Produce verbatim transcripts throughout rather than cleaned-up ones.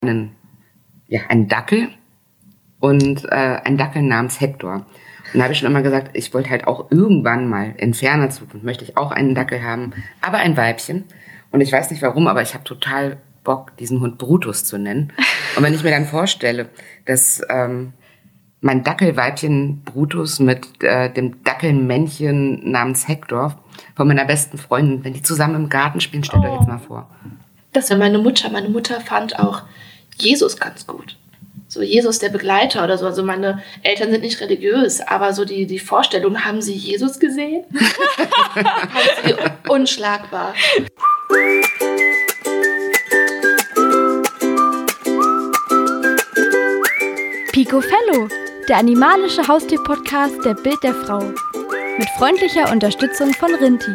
einen, ja, einen Dackel und äh, einen Dackel namens Hector. Und da habe ich schon immer gesagt, ich wollte halt auch irgendwann mal in ferner Zukunft, möchte ich auch einen Dackel haben, aber ein Weibchen. Und ich weiß nicht warum, aber ich habe total Bock, diesen Hund Brutus zu nennen. Und wenn ich mir dann vorstelle, dass ähm, mein Dackelweibchen Brutus mit äh, dem Dackelmännchen namens Hector von meiner besten Freundin, wenn die zusammen im Garten spielen, stellt oh. euch jetzt mal vor. Das war meine Mutter. Meine Mutter fand auch Jesus ganz gut. So Jesus der Begleiter oder so. Also meine Eltern sind nicht religiös, aber so die, die Vorstellung, haben sie Jesus gesehen? Haben sie unschlagbar. Picofello, der animalische Haustier-Podcast der Bild der Frau. Mit freundlicher Unterstützung von Rinti.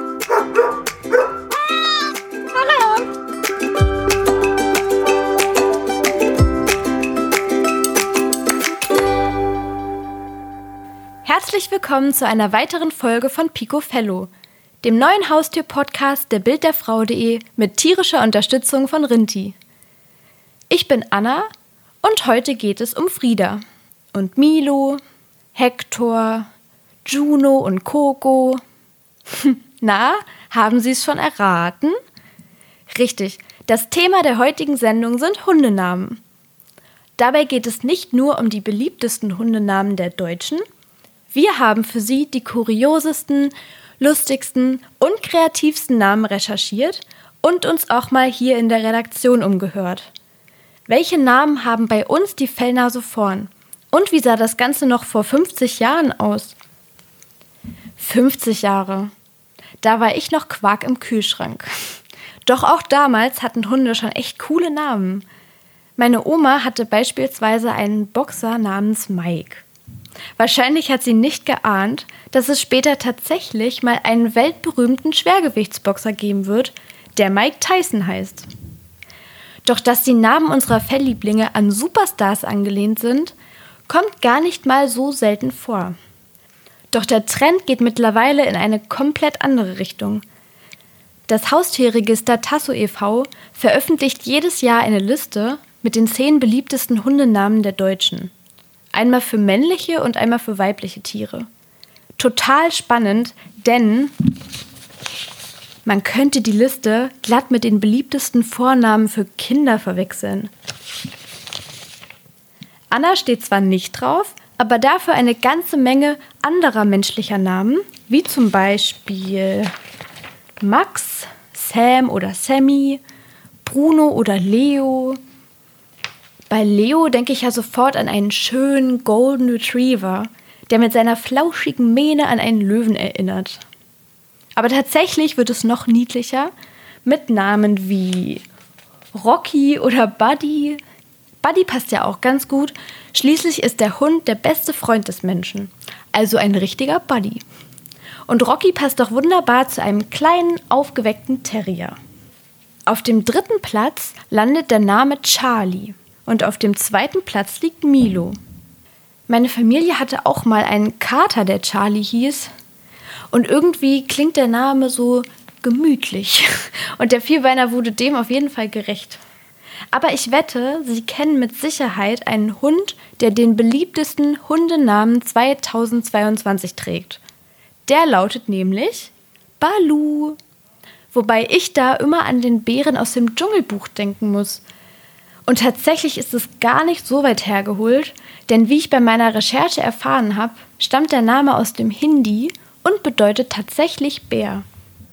Herzlich willkommen zu einer weiteren Folge von Picofello, dem neuen Haustier-Podcast der Bild der Frau punkt de mit tierischer Unterstützung von Rinti. Ich bin Anna und heute geht es um Frieda und Milo, Hector, Juno und Coco. Na, haben Sie es schon erraten? Richtig, das Thema der heutigen Sendung sind Hundenamen. Dabei geht es nicht nur um die beliebtesten Hundenamen der Deutschen. Wir haben für Sie die kuriosesten, lustigsten und kreativsten Namen recherchiert und uns auch mal hier in der Redaktion umgehört. Welche Namen haben bei uns die Fellnase vorn? Und wie sah das Ganze noch vor fünfzig Jahren aus? fünfzig Jahre. Da war ich noch Quark im Kühlschrank. Doch auch damals hatten Hunde schon echt coole Namen. Meine Oma hatte beispielsweise einen Boxer namens Mike. Wahrscheinlich hat sie nicht geahnt, dass es später tatsächlich mal einen weltberühmten Schwergewichtsboxer geben wird, der Mike Tyson heißt. Doch dass die Namen unserer Felllieblinge an Superstars angelehnt sind, kommt gar nicht mal so selten vor. Doch der Trend geht mittlerweile in eine komplett andere Richtung. Das Haustierregister Tasso e V veröffentlicht jedes Jahr eine Liste mit den zehn beliebtesten Hundenamen der Deutschen. Einmal für männliche und einmal für weibliche Tiere. Total spannend, denn man könnte die Liste glatt mit den beliebtesten Vornamen für Kinder verwechseln. Anna steht zwar nicht drauf, aber dafür eine ganze Menge anderer menschlicher Namen, wie zum Beispiel Max, Sam oder Sammy, Bruno oder Leo. Bei Leo denke ich ja sofort an einen schönen Golden Retriever, der mit seiner flauschigen Mähne an einen Löwen erinnert. Aber tatsächlich wird es noch niedlicher mit Namen wie Rocky oder Buddy. Buddy passt ja auch ganz gut. Schließlich ist der Hund der beste Freund des Menschen, also ein richtiger Buddy. Und Rocky passt doch wunderbar zu einem kleinen, aufgeweckten Terrier. Auf dem dritten Platz landet der Name Charlie. Und auf dem zweiten Platz liegt Milo. Meine Familie hatte auch mal einen Kater, der Charlie hieß. Und irgendwie klingt der Name so gemütlich. Und der Vierbeiner wurde dem auf jeden Fall gerecht. Aber ich wette, Sie kennen mit Sicherheit einen Hund, der den beliebtesten Hundenamen zweitausendzweiundzwanzig trägt. Der lautet nämlich Balu. Wobei ich da immer an den Bären aus dem Dschungelbuch denken muss. Und tatsächlich ist es gar nicht so weit hergeholt, denn wie ich bei meiner Recherche erfahren habe, stammt der Name aus dem Hindi und bedeutet tatsächlich Bär.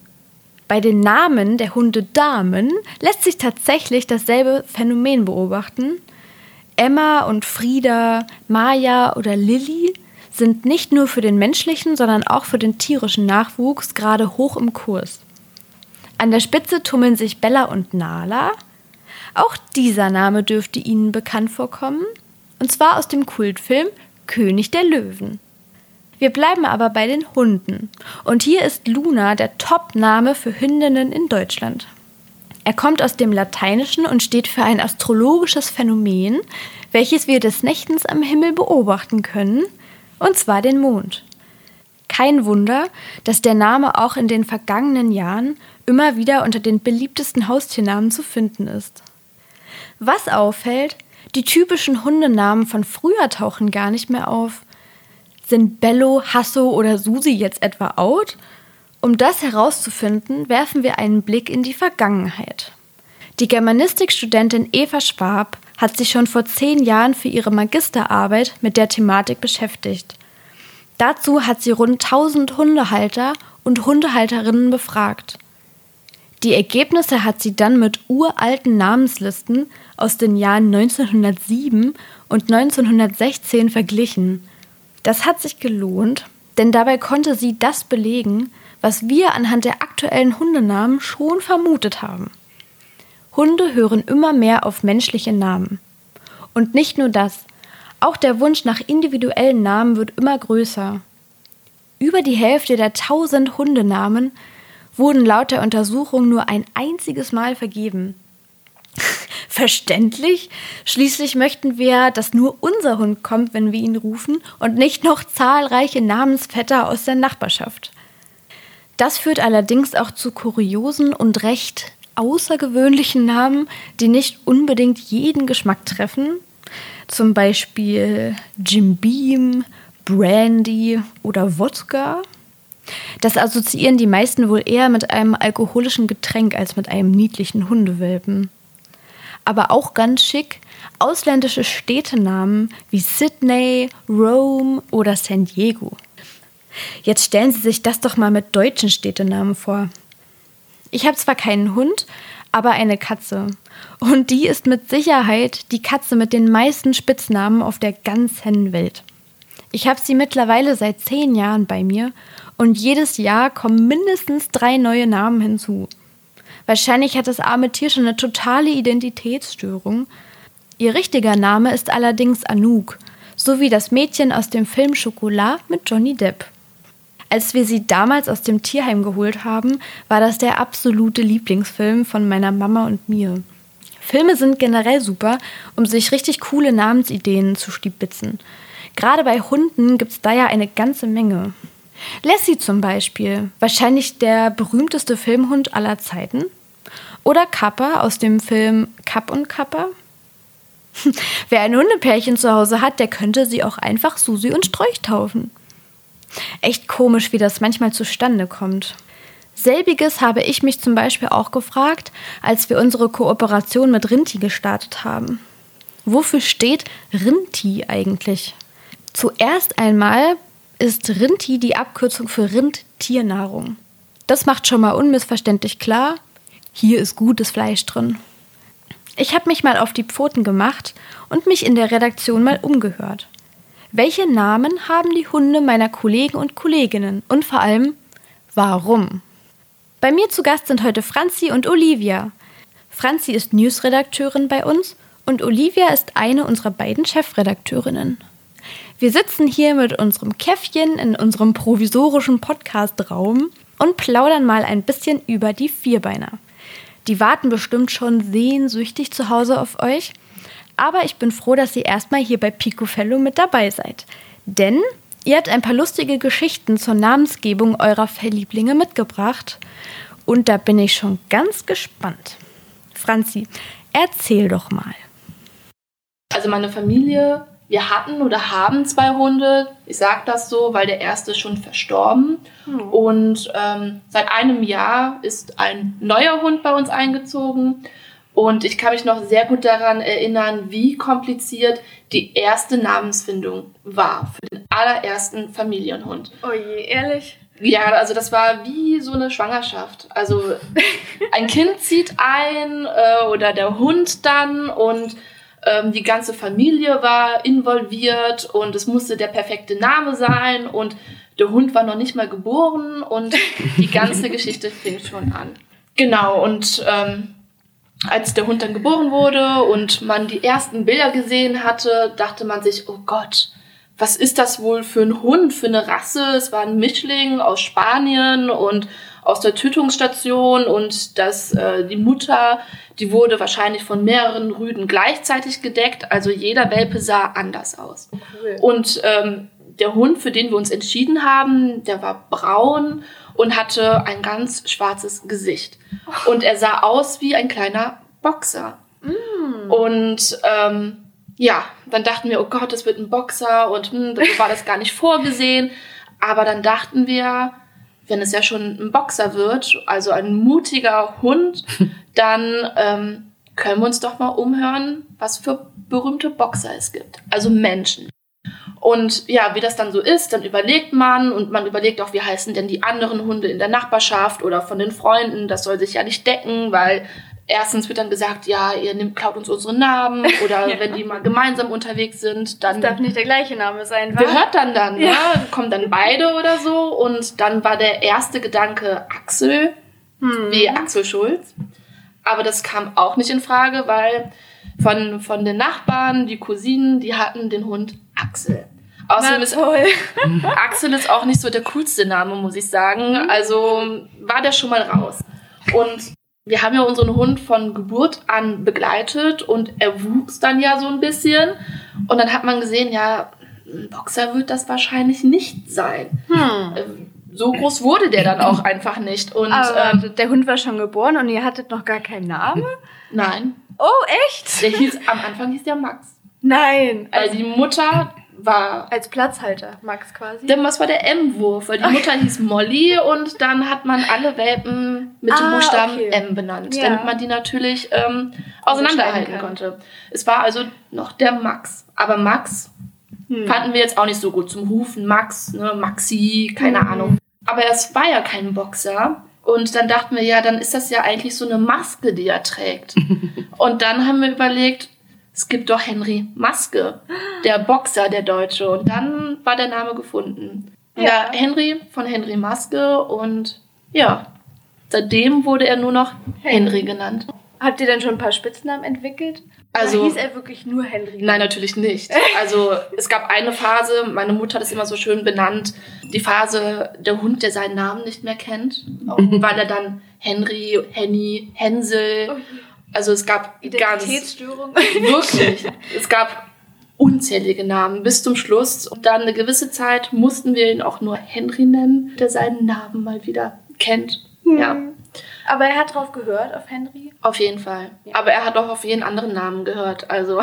Bei den Namen der Hundedamen lässt sich tatsächlich dasselbe Phänomen beobachten. Emma und Frieda, Maya oder Lilly sind nicht nur für den menschlichen, sondern auch für den tierischen Nachwuchs gerade hoch im Kurs. An der Spitze tummeln sich Bella und Nala. Auch dieser Name dürfte Ihnen bekannt vorkommen, und zwar aus dem Kultfilm König der Löwen. Wir bleiben aber bei den Hunden, und hier ist Luna der Top-Name für Hündinnen in Deutschland. Er kommt aus dem Lateinischen und steht für ein astrologisches Phänomen, welches wir des Nächtens am Himmel beobachten können, und zwar den Mond. Kein Wunder, dass der Name auch in den vergangenen Jahren immer wieder unter den beliebtesten Haustiernamen zu finden ist. Was auffällt, die typischen Hundenamen von früher tauchen gar nicht mehr auf. Sind Bello, Hasso oder Susi jetzt etwa out? Um das herauszufinden, werfen wir einen Blick in die Vergangenheit. Die Germanistikstudentin Eva Schwab hat sich schon vor zehn Jahren für ihre Magisterarbeit mit der Thematik beschäftigt. Dazu hat sie rund tausend Hundehalter und Hundehalterinnen befragt. Die Ergebnisse hat sie dann mit uralten Namenslisten aus den Jahren neunzehnhundertsieben und neunzehnhundertsechzehn verglichen. Das hat sich gelohnt, denn dabei konnte sie das belegen, was wir anhand der aktuellen Hundenamen schon vermutet haben. Hunde hören immer mehr auf menschliche Namen. Und nicht nur das, auch der Wunsch nach individuellen Namen wird immer größer. Über die Hälfte der tausend Hundenamen wurden laut der Untersuchung nur ein einziges Mal vergeben. Verständlich? Schließlich möchten wir, dass nur unser Hund kommt, wenn wir ihn rufen und nicht noch zahlreiche Namensvetter aus der Nachbarschaft. Das führt allerdings auch zu kuriosen und recht außergewöhnlichen Namen, die nicht unbedingt jeden Geschmack treffen. Zum Beispiel Jim Beam, Brandy oder Wodka. Das assoziieren die meisten wohl eher mit einem alkoholischen Getränk als mit einem niedlichen Hundewelpen. Aber auch ganz schick ausländische Städtenamen wie Sydney, Rome oder San Diego. Jetzt stellen Sie sich das doch mal mit deutschen Städtenamen vor. Ich habe zwar keinen Hund, aber eine Katze. Und die ist mit Sicherheit die Katze mit den meisten Spitznamen auf der ganzen Welt. Ich habe sie mittlerweile seit zehn Jahren bei mir und jedes Jahr kommen mindestens drei neue Namen hinzu. Wahrscheinlich hat das arme Tier schon eine totale Identitätsstörung. Ihr richtiger Name ist allerdings Anouk, so wie das Mädchen aus dem Film Schokolade mit Johnny Depp. Als wir sie damals aus dem Tierheim geholt haben, war das der absolute Lieblingsfilm von meiner Mama und mir. Filme sind generell super, um sich richtig coole Namensideen zu stibitzen. Gerade bei Hunden gibt es da ja eine ganze Menge. Lassie zum Beispiel, wahrscheinlich der berühmteste Filmhund aller Zeiten. Oder Kappa aus dem Film Kapp und Kappa. Wer ein Hundepärchen zu Hause hat, der könnte sie auch einfach Susi und Strolch taufen. Echt komisch, wie das manchmal zustande kommt. Selbiges habe ich mich zum Beispiel auch gefragt, als wir unsere Kooperation mit Rinti gestartet haben. Wofür steht Rinti eigentlich? Zuerst einmal ist Rinti die Abkürzung für Rindtiernahrung. Das macht schon mal unmissverständlich klar, hier ist gutes Fleisch drin. Ich habe mich mal auf die Pfoten gemacht und mich in der Redaktion mal umgehört. Welche Namen haben die Hunde meiner Kollegen und Kolleginnen? Und vor allem, warum? Bei mir zu Gast sind heute Franzi und Olivia. Franzi ist Newsredakteurin bei uns und Olivia ist eine unserer beiden Chefredakteurinnen. Wir sitzen hier mit unserem Käffchen in unserem provisorischen Podcast-Raum und plaudern mal ein bisschen über die Vierbeiner. Die warten bestimmt schon sehnsüchtig zu Hause auf euch. Aber ich bin froh, dass ihr erstmal hier bei Piccofello mit dabei seid. Denn ihr habt ein paar lustige Geschichten zur Namensgebung eurer Felllieblinge mitgebracht. Und da bin ich schon ganz gespannt. Franzi, erzähl doch mal. Also meine Familie, wir hatten oder haben zwei Hunde. Ich sage das so, weil der erste ist schon verstorben. Hm. Und ähm, seit einem Jahr ist ein neuer Hund bei uns eingezogen. Und ich kann mich noch sehr gut daran erinnern, wie kompliziert die erste Namensfindung war für den allerersten Familienhund. Oh je, ehrlich? Ja, also das war wie so eine Schwangerschaft. Also ein Kind zieht ein äh, oder der Hund dann und ähm, die ganze Familie war involviert und es musste der perfekte Name sein und der Hund war noch nicht mal geboren und die ganze Geschichte fing schon an. Genau, und ähm, als der Hund dann geboren wurde und man die ersten Bilder gesehen hatte, dachte man sich, oh Gott, was ist das wohl für ein Hund, für eine Rasse? Es war ein Mischling aus Spanien und aus der Tötungsstation und das, äh, die Mutter, die wurde wahrscheinlich von mehreren Rüden gleichzeitig gedeckt. Also jeder Welpe sah anders aus. Cool. Und ähm, der Hund, für den wir uns entschieden haben, der war braun und hatte ein ganz schwarzes Gesicht. Und er sah aus wie ein kleiner Boxer. Mm. Hm. Und ähm, ja, dann dachten wir, oh Gott, das wird ein Boxer und hm, so war das gar nicht vorgesehen. Aber dann dachten wir, wenn es ja schon ein Boxer wird, also ein mutiger Hund, dann ähm, können wir uns doch mal umhören, was für berühmte Boxer es gibt. Also Menschen. Und ja, wie das dann so ist, dann überlegt man und man überlegt auch, wie heißen denn die anderen Hunde in der Nachbarschaft oder von den Freunden. Das soll sich ja nicht decken, weil erstens wird dann gesagt, ja, ihr nehmt, klaut uns unsere Namen oder ja. wenn die mal gemeinsam unterwegs sind, dann... Das darf nicht der gleiche Name sein, wa? Gehört dann dann, ja. ja. Kommen dann beide oder so und dann war der erste Gedanke Axel, hm. wie Axel Schulz. Aber das kam auch nicht in Frage, weil von, von den Nachbarn, die Cousinen, die hatten den Hund Axel. Außerdem ist Axel ist auch nicht so der coolste Name, muss ich sagen. Also war der schon mal raus. Und wir haben ja unseren Hund von Geburt an begleitet und er wuchs dann ja so ein bisschen. Und dann hat man gesehen, ja, ein Boxer wird das wahrscheinlich nicht sein. Hm. So groß wurde der dann auch einfach nicht. Und aber ähm, der Hund war schon geboren und ihr hattet noch gar keinen Namen? Nein. Oh, echt? Der hieß, am Anfang hieß der Max. Nein. Weil die Mutter war... Als Platzhalter, Max quasi. Denn was war der M-Wurf? Weil die Mutter hieß Molly und dann hat man alle Welpen mit dem ah, Buchstaben okay. M benannt, ja. damit man die natürlich ähm, auseinanderhalten konnte. Es war also noch der Max. Aber Max hm. fanden wir jetzt auch nicht so gut zum Rufen. Max, ne, Maxi, keine hm. Ahnung. Aber es war ja kein Boxer. Und dann dachten wir, ja, dann ist das ja eigentlich so eine Maske, die er trägt. Und dann haben wir überlegt, es gibt doch Henry Maske, der Boxer, der Deutsche. Und dann war der Name gefunden. Ja, ja Henry von Henry Maske. Und ja, seitdem wurde er nur noch Henry genannt. Habt ihr denn schon ein paar Spitznamen entwickelt? Also, oder hieß er wirklich nur Henry? Nein, natürlich nicht. Also es gab eine Phase, meine Mutter hat es immer so schön benannt, die Phase, der Hund, der seinen Namen nicht mehr kennt, oh. weil er dann Henry, Henny, Hänsel, also es gab Identitätsstörung. Ganz, wirklich, es gab unzählige Namen bis zum Schluss. Und dann eine gewisse Zeit mussten wir ihn auch nur Henry nennen, der seinen Namen mal wieder kennt. Hm. Ja. Aber er hat drauf gehört, auf Henry? Auf jeden Fall. Ja. Aber er hat auch auf jeden anderen Namen gehört. Also,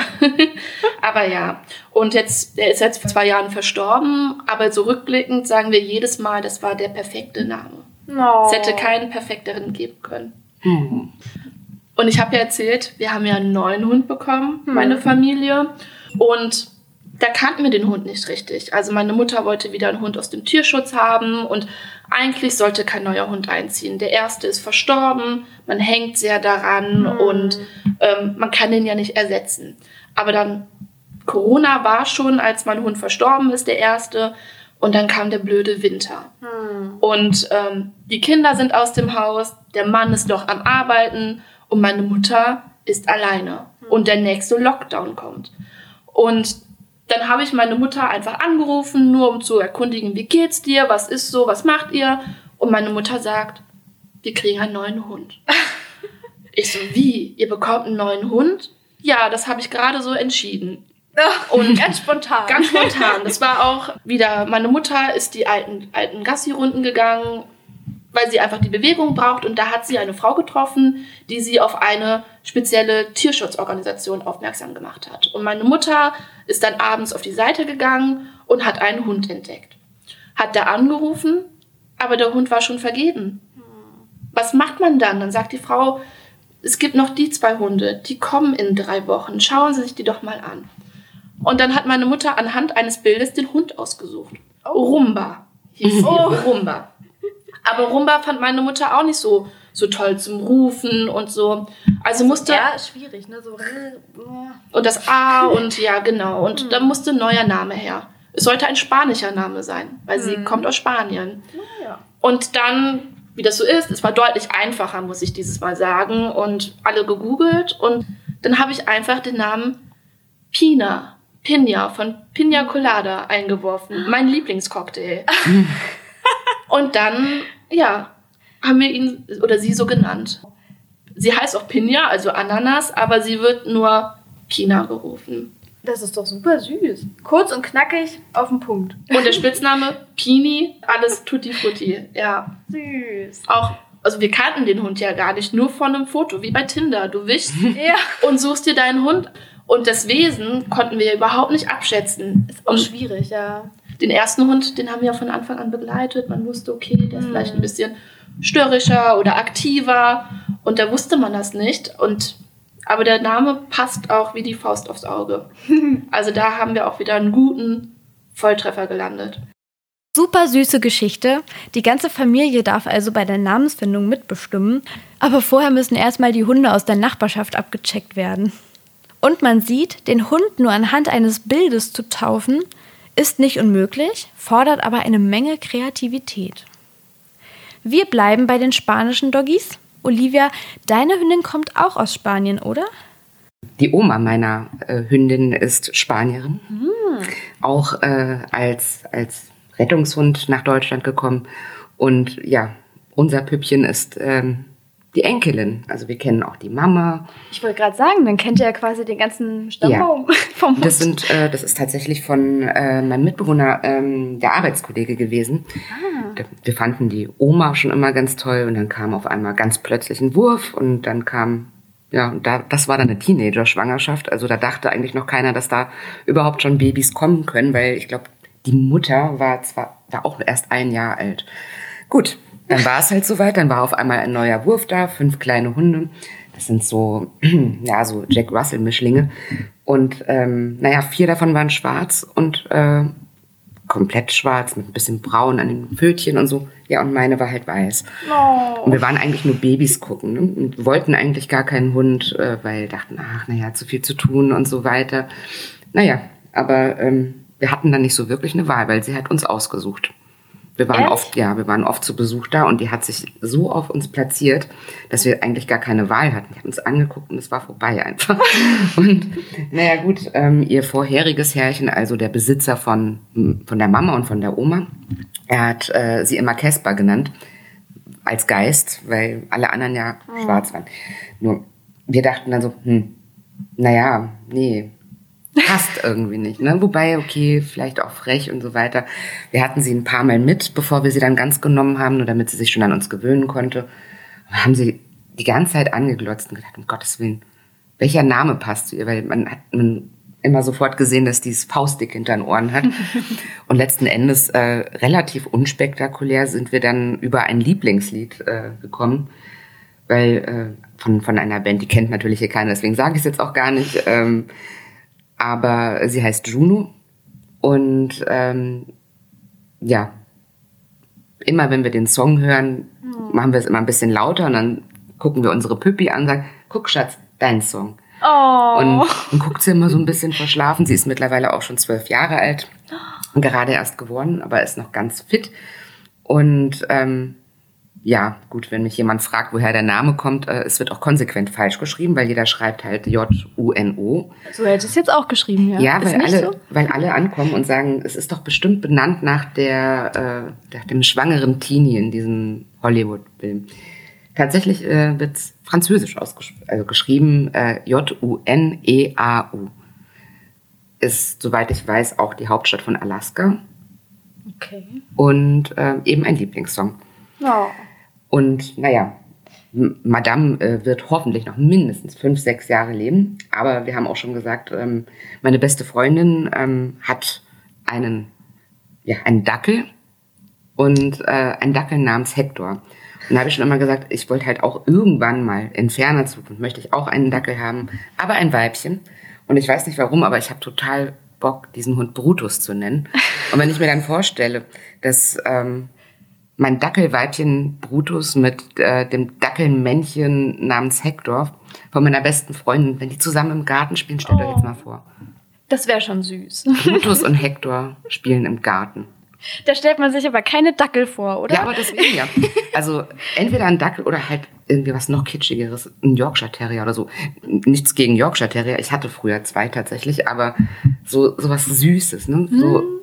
aber ja. Und jetzt, er ist jetzt vor zwei Jahren verstorben. Aber so rückblickend sagen wir jedes Mal, das war der perfekte Name. Oh. Es hätte keinen perfekteren geben können. Hm. Und ich habe ja erzählt, wir haben ja einen neuen Hund bekommen, hm. meine Familie. Und da kannten wir den Hund nicht richtig. Also meine Mutter wollte wieder einen Hund aus dem Tierschutz haben und eigentlich sollte kein neuer Hund einziehen. Der erste ist verstorben, man hängt sehr daran mhm. und ähm, man kann den ja nicht ersetzen. Aber dann, Corona war schon, als mein Hund verstorben ist, der erste, und dann kam der blöde Winter. Mhm. Und ähm, die Kinder sind aus dem Haus, der Mann ist noch am Arbeiten und meine Mutter ist alleine. Mhm. Und der nächste Lockdown kommt. Und dann habe ich meine Mutter einfach angerufen, nur um zu erkundigen, wie geht's dir, was ist so, was macht ihr? Und meine Mutter sagt, wir kriegen einen neuen Hund. Ich so, wie? Ihr bekommt einen neuen Hund? Ja, das habe ich gerade so entschieden. Und ganz spontan. Ganz spontan. Das war auch wieder, meine Mutter ist die alten, alten Gassi-Runden gegangen, weil sie einfach die Bewegung braucht. Und da hat sie eine Frau getroffen, die sie auf eine spezielle Tierschutzorganisation aufmerksam gemacht hat. Und meine Mutter ist dann abends auf die Seite gegangen und hat einen Hund entdeckt. Hat da angerufen, aber der Hund war schon vergeben. Was macht man dann? Dann sagt die Frau, es gibt noch die zwei Hunde, die kommen in drei Wochen. Schauen Sie sich die doch mal an. Und dann hat meine Mutter anhand eines Bildes den Hund ausgesucht. Oh. Rumba hieß sie. Oh. Rumba. Aber Rumba fand meine Mutter auch nicht so, so toll zum Rufen und so. Also musste... Ja, schwierig, ne? So. Und das A und ja, genau. Und hm. da musste ein neuer Name her. Es sollte ein spanischer Name sein, weil hm. sie kommt aus Spanien. Ja. Und dann, wie das so ist, es war deutlich einfacher, muss ich dieses Mal sagen. Und alle gegoogelt. Und dann habe ich einfach den Namen Pina, Pina von Pina Colada eingeworfen. Mein Lieblingscocktail. Und dann, ja, haben wir ihn oder sie so genannt. Sie heißt auch Pina, also Ananas, aber sie wird nur Pina gerufen. Das ist doch super süß. Kurz und knackig, auf den Punkt. Und der Spitzname Pini, alles tutti frutti, ja. Süß. Auch also wir kannten den Hund ja gar nicht, nur von einem Foto, wie bei Tinder. Du wischst Ja. und suchst dir deinen Hund. Und das Wesen konnten wir überhaupt nicht abschätzen. Ist auch schwierig, ja. Den ersten Hund, den haben wir ja von Anfang an begleitet. Man wusste, okay, der ist vielleicht ein bisschen störrischer oder aktiver. Und da wusste man das nicht. Und, aber der Name passt auch wie die Faust aufs Auge. Also da haben wir auch wieder einen guten Volltreffer gelandet. Super süße Geschichte. Die ganze Familie darf also bei der Namensfindung mitbestimmen. Aber vorher müssen erstmal die Hunde aus der Nachbarschaft abgecheckt werden. Und man sieht, den Hund nur anhand eines Bildes zu taufen, ist nicht unmöglich, fordert aber eine Menge Kreativität. Wir bleiben bei den spanischen Doggies. Olivia, deine Hündin kommt auch aus Spanien, oder? Die Oma meiner äh, Hündin ist Spanierin. Hm. Auch äh, als, als Rettungshund nach Deutschland gekommen. Und ja, unser Püppchen ist ähm, die Enkelin. Also wir kennen auch die Mama. Ich wollte gerade sagen, dann kennt ihr ja quasi den ganzen Stammbaum ja. vom Hund. Das, sind, äh, das ist tatsächlich von äh, meinem Mitbewohner, ähm, der Arbeitskollege gewesen. Ah. Wir fanden die Oma schon immer ganz toll und dann kam auf einmal ganz plötzlich ein Wurf und dann kam, ja, und da, das war dann eine Teenager-Schwangerschaft. Also da dachte eigentlich noch keiner, dass da überhaupt schon Babys kommen können, weil ich glaube, die Mutter war zwar da auch erst ein Jahr alt. Gut. Dann war es halt soweit, dann war auf einmal ein neuer Wurf da, fünf kleine Hunde. Das sind so, ja, so Jack Russell-Mischlinge. Und ähm, naja, vier davon waren schwarz und äh, komplett schwarz mit ein bisschen braun an den Pfötchen und so. Ja, und meine war halt weiß. Oh. Und wir waren eigentlich nur Babys gucken, ne? Und wollten eigentlich gar keinen Hund, äh, weil dachten, ach, naja, zu viel zu tun und so weiter. Naja, aber ähm, wir hatten dann nicht so wirklich eine Wahl, weil sie hat uns ausgesucht. Wir waren Ehrlich? oft, ja, wir waren oft zu Besuch da und die hat sich so auf uns platziert, dass wir eigentlich gar keine Wahl hatten. Die hat uns angeguckt und es war vorbei einfach. Und naja gut, ähm, ihr vorheriges Herrchen, also der Besitzer von, von der Mama und von der Oma, er hat äh, sie immer Casper genannt, als Geist, weil alle anderen ja oh. schwarz waren. Nur wir dachten dann so, hm, naja, nee, passt irgendwie nicht, ne? Wobei, okay, vielleicht auch frech und so weiter. Wir hatten sie ein paar Mal mit, bevor wir sie dann ganz genommen haben, nur damit sie sich schon an uns gewöhnen konnte. Und haben sie die ganze Zeit angeglotzt und gedacht, um Gottes Willen, welcher Name passt zu ihr? Weil man hat man immer sofort gesehen, dass die es faustdick hinter den Ohren hat. Und letzten Endes, äh, relativ unspektakulär, sind wir dann über ein Lieblingslied äh, gekommen. Weil äh, von, von einer Band, die kennt natürlich hier keiner, deswegen sage ich es jetzt auch gar nicht. Ähm, Aber sie heißt Juno und ähm, ja, immer wenn wir den Song hören, mhm. machen wir es immer ein bisschen lauter und dann gucken wir unsere Püppi an und sagen, guck Schatz, dein Song. Oh. Und dann guckt sie immer so ein bisschen verschlafen. Sie ist mittlerweile auch schon zwölf Jahre alt und gerade erst geworden, aber ist noch ganz fit. Und ähm, ja, gut, wenn mich jemand fragt, woher der Name kommt, äh, es wird auch konsequent falsch geschrieben, weil jeder schreibt halt J U N O. So hätte ich es jetzt auch geschrieben, ja. Ja, weil alle, so? weil alle ankommen und sagen, es ist doch bestimmt benannt nach der, äh, nach dem schwangeren Teenie in diesem Hollywood-Film. Tatsächlich äh, wird es französisch ausgesch- also geschrieben, äh, J U N E A U. Ist, soweit ich weiß, auch die Hauptstadt von Alaska. Okay. Und äh, eben ein Lieblingssong. Oh. Und naja, Madame äh, wird hoffentlich noch mindestens fünf, sechs Jahre leben. Aber wir haben auch schon gesagt, ähm, meine beste Freundin ähm, hat einen, ja, einen Dackel und äh, einen Dackel namens Hector. Und da habe ich schon immer gesagt, ich wollte halt auch irgendwann mal in ferner Zukunft, möchte ich auch einen Dackel haben, aber ein Weibchen. Und ich weiß nicht warum, aber ich habe total Bock, diesen Hund Brutus zu nennen. Und wenn ich mir dann vorstelle, dass ähm, mein Dackelweibchen Brutus mit äh, dem Dackelmännchen namens Hector von meiner besten Freundin, wenn die zusammen im Garten spielen, stellt euch Oh. jetzt mal vor. Das wäre schon süß. Brutus und Hector spielen im Garten. Da stellt man sich aber keine Dackel vor, oder? Ja, aber deswegen ja. Also entweder ein Dackel oder halt irgendwie was noch Kitschigeres, ein Yorkshire Terrier oder so. Nichts gegen Yorkshire Terrier, ich hatte früher zwei tatsächlich, aber so sowas Süßes, ne? So, hm.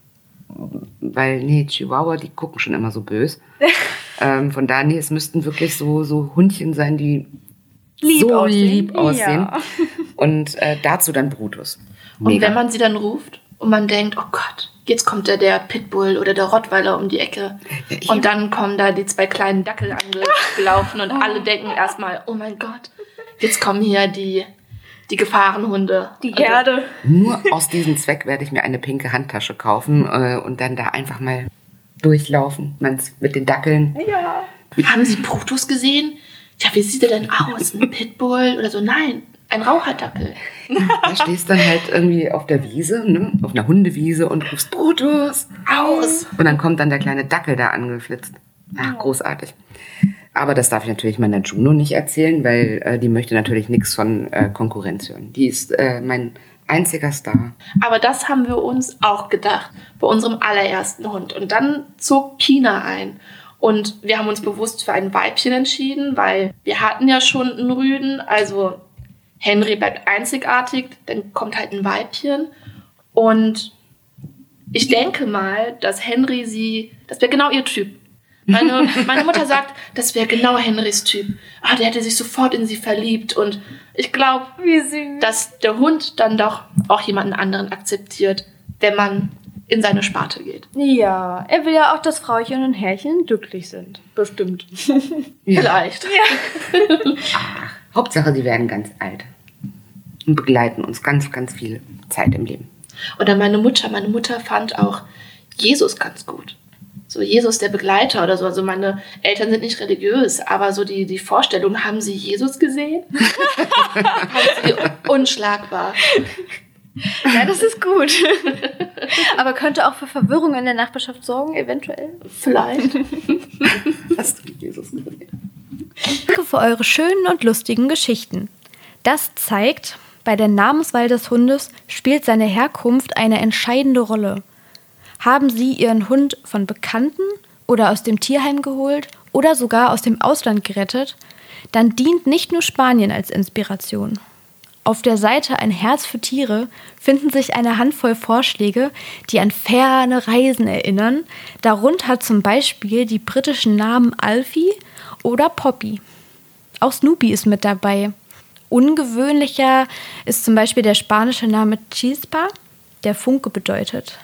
Weil, nee, Chihuahua, die gucken schon immer so böse. ähm, von daher, nee, es müssten wirklich so, so Hundchen sein, die lieb so aussehen. lieb aussehen. Ja. Und äh, dazu dann Brutus. Und wenn man sie dann ruft und man denkt, oh Gott, jetzt kommt da der Pitbull oder der Rottweiler um die Ecke. Ja, und dann kommen da die zwei kleinen Dackel angelaufen und alle denken erstmal, oh mein Gott, jetzt kommen hier die, die Gefahrenhunde. Die Herde. Nur aus diesem Zweck werde ich mir eine pinke Handtasche kaufen äh, und dann da einfach mal durchlaufen mit den Dackeln. Ja. Haben Sie Brutus gesehen? Ja, wie sieht er denn aus? Ein Pitbull oder so? Nein, ein Raucherdackel. Da stehst dann halt irgendwie auf der Wiese, ne? Auf einer Hundewiese und rufst Brutus aus. Und dann kommt dann der kleine Dackel da angeflitzt. Ach, großartig. Aber das darf ich natürlich meiner Juno nicht erzählen, weil äh, die möchte natürlich nichts von äh, Konkurrenz hören. Die ist äh, mein einziger Star. Aber das haben wir uns auch gedacht bei unserem allerersten Hund. Und dann zog Kina ein. Und wir haben uns bewusst für ein Weibchen entschieden, weil wir hatten ja schon einen Rüden, also Henry bleibt einzigartig, dann kommt halt ein Weibchen. Und ich denke mal, dass Henry sie, das wäre genau ihr Typ. Meine, meine Mutter sagt, das wäre genau Henrys Typ. Ah, der hätte sich sofort in sie verliebt. Und ich glaube, dass der Hund dann doch auch jemanden anderen akzeptiert, wenn man in seine Sparte geht. Ja, er will ja auch, dass Frauchen und Herrchen glücklich sind. Bestimmt. Ja. Vielleicht. Ja. Ach, Hauptsache, sie werden ganz alt und begleiten uns ganz, ganz viel Zeit im Leben. Oder meine Mutter. Meine Mutter fand auch Jesus ganz gut. So Jesus der Begleiter oder so. Also meine Eltern sind nicht religiös, aber so die, die Vorstellung, haben sie Jesus gesehen? Haben sie unschlagbar. Ja, das ist gut. Aber könnte auch für Verwirrung in der Nachbarschaft sorgen, eventuell. Vielleicht. Hast du Jesus gesehen? Danke für eure schönen und lustigen Geschichten. Das zeigt, bei der Namenswahl des Hundes spielt seine Herkunft eine entscheidende Rolle. Haben Sie Ihren Hund von Bekannten oder aus dem Tierheim geholt oder sogar aus dem Ausland gerettet, dann dient nicht nur Spanien als Inspiration. Auf der Seite Ein Herz für Tiere finden sich eine Handvoll Vorschläge, die an ferne Reisen erinnern. Darunter zum Beispiel die britischen Namen Alfie oder Poppy. Auch Snoopy ist mit dabei. Ungewöhnlicher ist zum Beispiel der spanische Name Chispa, der Funke bedeutet.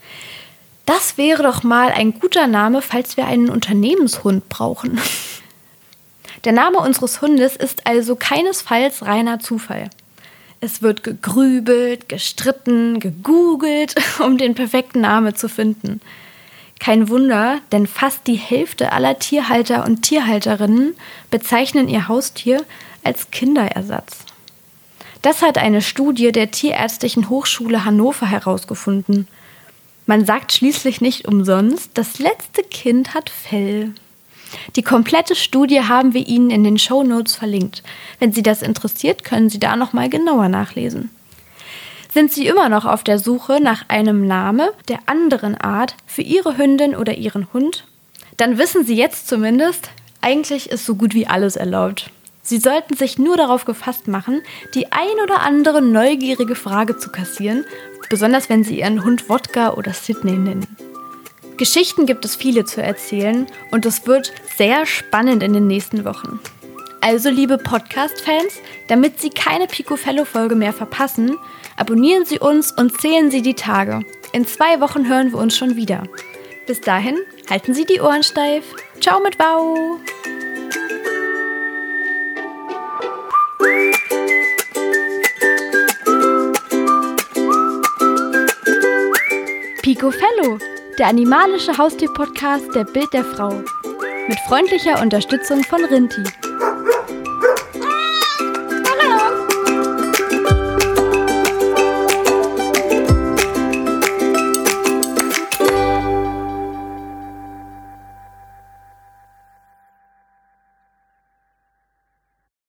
Das wäre doch mal ein guter Name, falls wir einen Unternehmenshund brauchen. Der Name unseres Hundes ist also keinesfalls reiner Zufall. Es wird gegrübelt, gestritten, gegoogelt, um den perfekten Namen zu finden. Kein Wunder, denn fast die Hälfte aller Tierhalter und Tierhalterinnen bezeichnen ihr Haustier als Kinderersatz. Das hat eine Studie der Tierärztlichen Hochschule Hannover herausgefunden. Man sagt schließlich nicht umsonst, das letzte Kind hat Fell. Die komplette Studie haben wir Ihnen in den Shownotes verlinkt. Wenn Sie das interessiert, können Sie da nochmal genauer nachlesen. Sind Sie immer noch auf der Suche nach einem Namen der anderen Art für Ihre Hündin oder Ihren Hund? Dann wissen Sie jetzt zumindest, eigentlich ist so gut wie alles erlaubt. Sie sollten sich nur darauf gefasst machen, die ein oder andere neugierige Frage zu kassieren, besonders wenn Sie Ihren Hund Wodka oder Sydney nennen. Geschichten gibt es viele zu erzählen und es wird sehr spannend in den nächsten Wochen. Also, liebe Podcast-Fans, damit Sie keine Piccofello-Folge mehr verpassen, abonnieren Sie uns und zählen Sie die Tage. In zwei Wochen hören wir uns schon wieder. Bis dahin, halten Sie die Ohren steif. Ciao mit Wow! Piccofello, der animalische Haustier-Podcast der Bild der Frau. Mit freundlicher Unterstützung von Rinti.